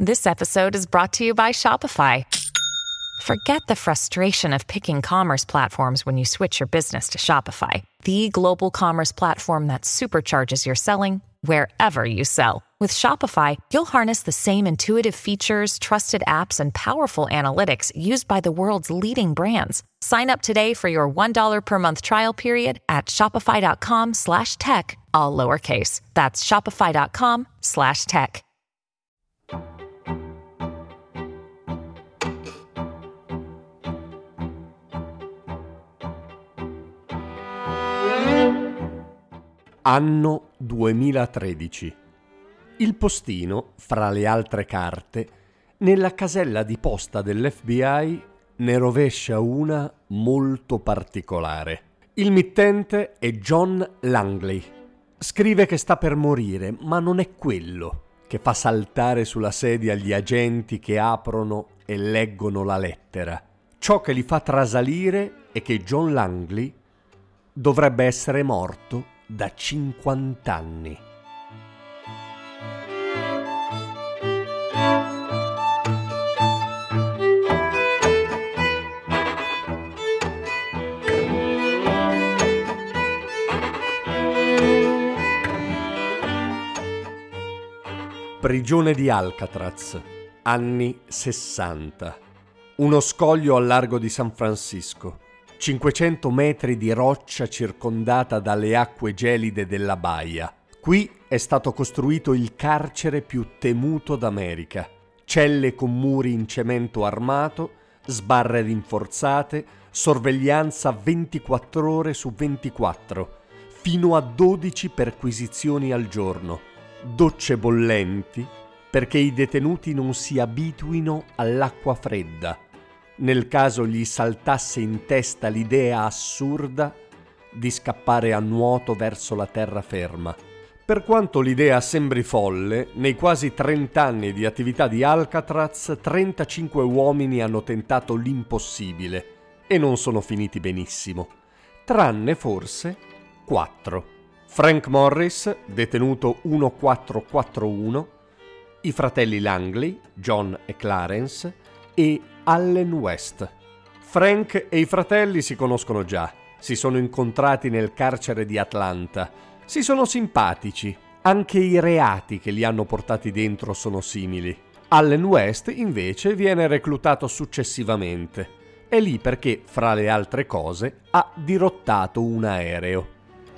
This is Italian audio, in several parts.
This episode is brought to you by Shopify. Forget the frustration of picking commerce platforms when you switch your business to Shopify, the global commerce platform that supercharges your selling wherever you sell. With Shopify, you'll harness the same intuitive features, trusted apps, and powerful analytics used by the world's leading brands. Sign up today for your $1 per month trial period at shopify.com/tech, all lowercase. That's shopify.com/tech. Anno 2013. Il postino, fra le altre carte, nella casella di posta dell'FBI ne rovescia una molto particolare. Il mittente è John Langley. Scrive che sta per morire, ma non è quello che fa saltare sulla sedia gli agenti che aprono e leggono la lettera. Ciò che li fa trasalire è che John Langley dovrebbe essere morto da 50 anni. Prigione di Alcatraz, anni 60. Uno scoglio al largo di San Francisco. 500 metri di roccia circondata dalle acque gelide della baia. Qui è stato costruito il carcere più temuto d'America. Celle con muri in cemento armato, sbarre rinforzate, sorveglianza 24 ore su 24, fino a 12 perquisizioni al giorno, docce bollenti perché i detenuti non si abituino all'acqua fredda, nel caso gli saltasse in testa l'idea assurda di scappare a nuoto verso la terraferma. Per quanto l'idea sembri folle, nei quasi 30 anni di attività di Alcatraz, 35 uomini hanno tentato l'impossibile e non sono finiti benissimo, tranne forse 4. Frank Morris, detenuto 1441, i fratelli Langley, John e Clarence, e Allen West. Frank e i fratelli si conoscono già, si sono incontrati nel carcere di Atlanta, si sono simpatici, anche i reati che li hanno portati dentro sono simili. Allen West invece viene reclutato successivamente, è lì perché, fra le altre cose, ha dirottato un aereo.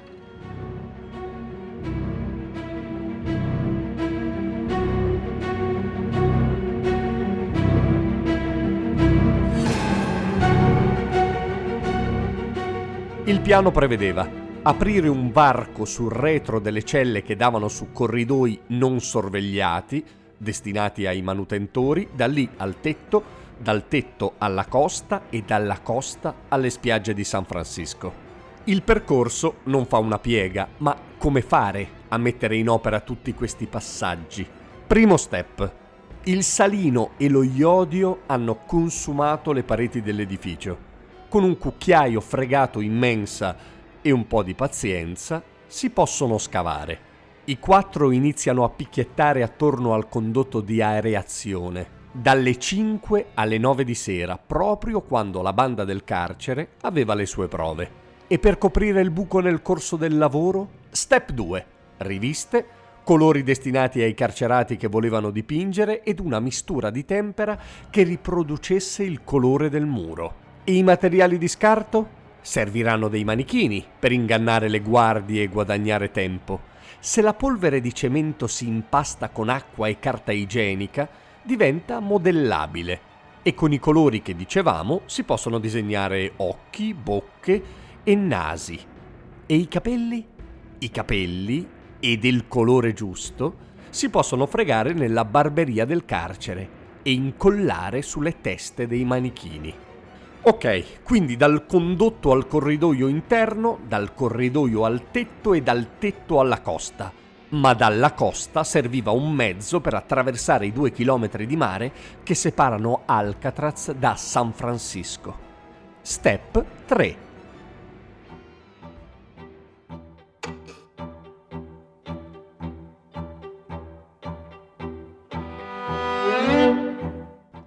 Il piano prevedeva aprire un varco sul retro delle celle che davano su corridoi non sorvegliati, destinati ai manutentori, da lì al tetto, dal tetto alla costa e dalla costa alle spiagge di San Francisco. Il percorso non fa una piega, ma come fare a mettere in opera tutti questi passaggi? Primo step. Il salino e lo iodio hanno consumato le pareti dell'edificio. Con un cucchiaio fregato in mensa e un po' di pazienza si possono scavare. I 4 iniziano a picchiettare attorno al condotto di aereazione, dalle 5 alle 9 di sera, proprio quando la banda del carcere aveva le sue prove. E per coprire il buco nel corso del lavoro, step 2, riviste, colori destinati ai carcerati che volevano dipingere ed una mistura di tempera che riproducesse il colore del muro. E i materiali di scarto? Serviranno dei manichini per ingannare le guardie e guadagnare tempo. Se la polvere di cemento si impasta con acqua e carta igienica, diventa modellabile e con i colori che dicevamo si possono disegnare occhi, bocche e nasi. E i capelli? I capelli, e del colore giusto, si possono fregare nella barberia del carcere e incollare sulle teste dei manichini. Ok, quindi dal condotto al corridoio interno, dal corridoio al tetto e dal tetto alla costa. Ma dalla costa serviva un mezzo per attraversare i 2 chilometri di mare che separano Alcatraz da San Francisco. Step 3.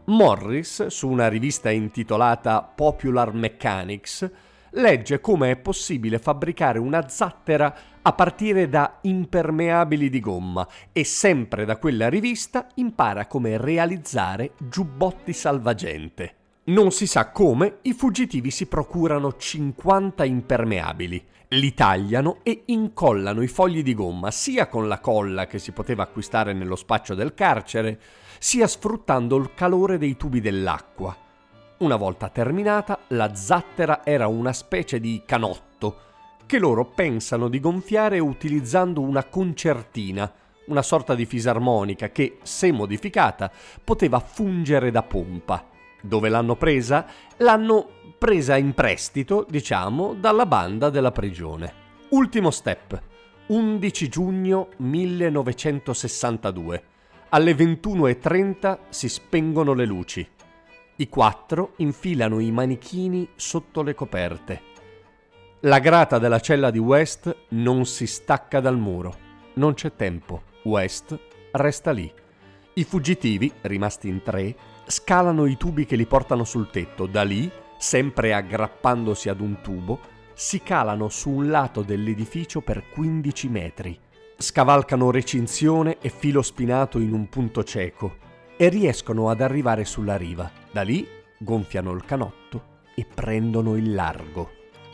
Morris, su una rivista intitolata Popular Mechanics, legge come è possibile fabbricare una zattera a partire da impermeabili di gomma e sempre da quella rivista impara come realizzare giubbotti salvagente. Non si sa come i fuggitivi si procurano 50 impermeabili, li tagliano e incollano i fogli di gomma sia con la colla che si poteva acquistare nello spaccio del carcere, sia sfruttando il calore dei tubi dell'acqua. Una volta terminata, la zattera era una specie di canotto che loro pensano di gonfiare utilizzando una concertina, una sorta di fisarmonica che, se modificata, poteva fungere da pompa. Dove l'hanno presa? L'hanno presa in prestito, dalla banda della prigione. Ultimo step. 11 giugno 1962. Alle 21:30 si spengono le luci. I 4 infilano i manichini sotto le coperte. La grata della cella di West non si stacca dal muro. Non c'è tempo. West resta lì. I fuggitivi, rimasti in 3, scalano i tubi che li portano sul tetto. Da lì, sempre aggrappandosi ad un tubo, si calano su un lato dell'edificio per 15 metri. Scavalcano recinzione e filo spinato in un punto cieco e riescono ad arrivare sulla riva. Da lì gonfiano il canotto e prendono il largo.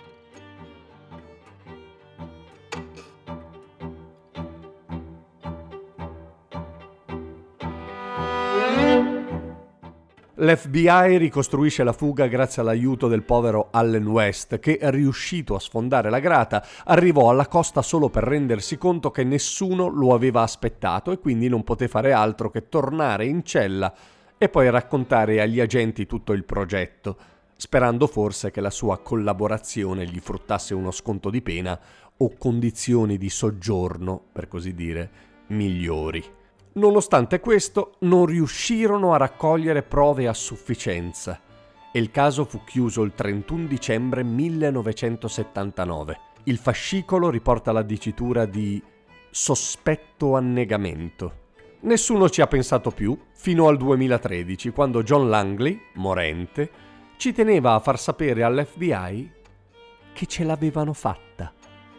L'FBI ricostruisce la fuga grazie all'aiuto del povero Allen West, che, riuscito a sfondare la grata, arrivò alla costa solo per rendersi conto che nessuno lo aveva aspettato e quindi non poté fare altro che tornare in cella e poi raccontare agli agenti tutto il progetto, sperando forse che la sua collaborazione gli fruttasse uno sconto di pena o condizioni di soggiorno, per così dire, migliori. Nonostante questo, non riuscirono a raccogliere prove a sufficienza e il caso fu chiuso il 31 dicembre 1979. Il fascicolo riporta la dicitura di sospetto annegamento. Nessuno ci ha pensato più fino al 2013, quando John Langley, morente, ci teneva a far sapere all'FBI che ce l'avevano fatta.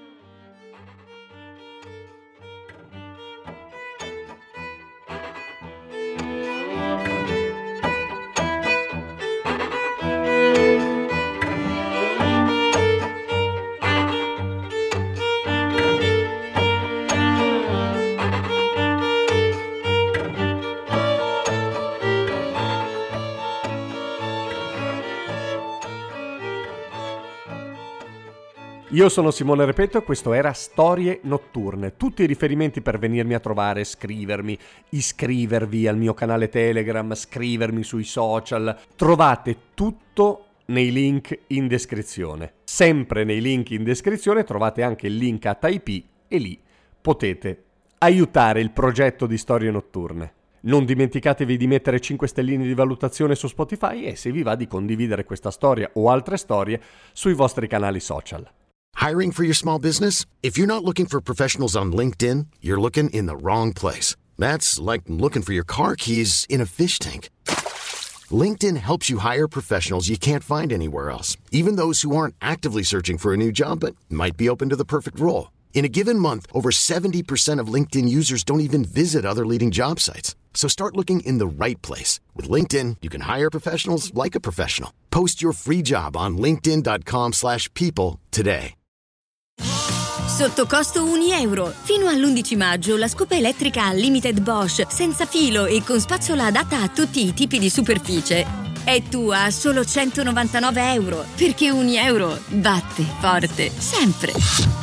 Io sono Simone Repetto e questo era Storie Notturne. Tutti i riferimenti per venirmi a trovare, scrivermi, iscrivervi al mio canale Telegram, scrivermi sui social, trovate tutto nei link in descrizione. Sempre nei link in descrizione trovate anche il link a Typee e lì potete aiutare il progetto di Storie Notturne. Non dimenticatevi di mettere 5 stelline di valutazione su Spotify e se vi va di condividere questa storia o altre storie sui vostri canali social. Hiring for your small business? If you're not looking for professionals on LinkedIn, you're looking in the wrong place. That's like looking for your car keys in a fish tank. LinkedIn helps you hire professionals you can't find anywhere else, even those who aren't actively searching for a new job but might be open to the perfect role. In a given month, over 70% of LinkedIn users don't even visit other leading job sites. So start looking in the right place. With LinkedIn, you can hire professionals like a professional. Post your free job on linkedin.com/people today. Sotto costo €1. Fino all'11 maggio la scopa elettrica Unlimited Bosch, senza filo e con spazzola adatta a tutti i tipi di superficie. È tua a solo €199, perché €1 batte forte sempre.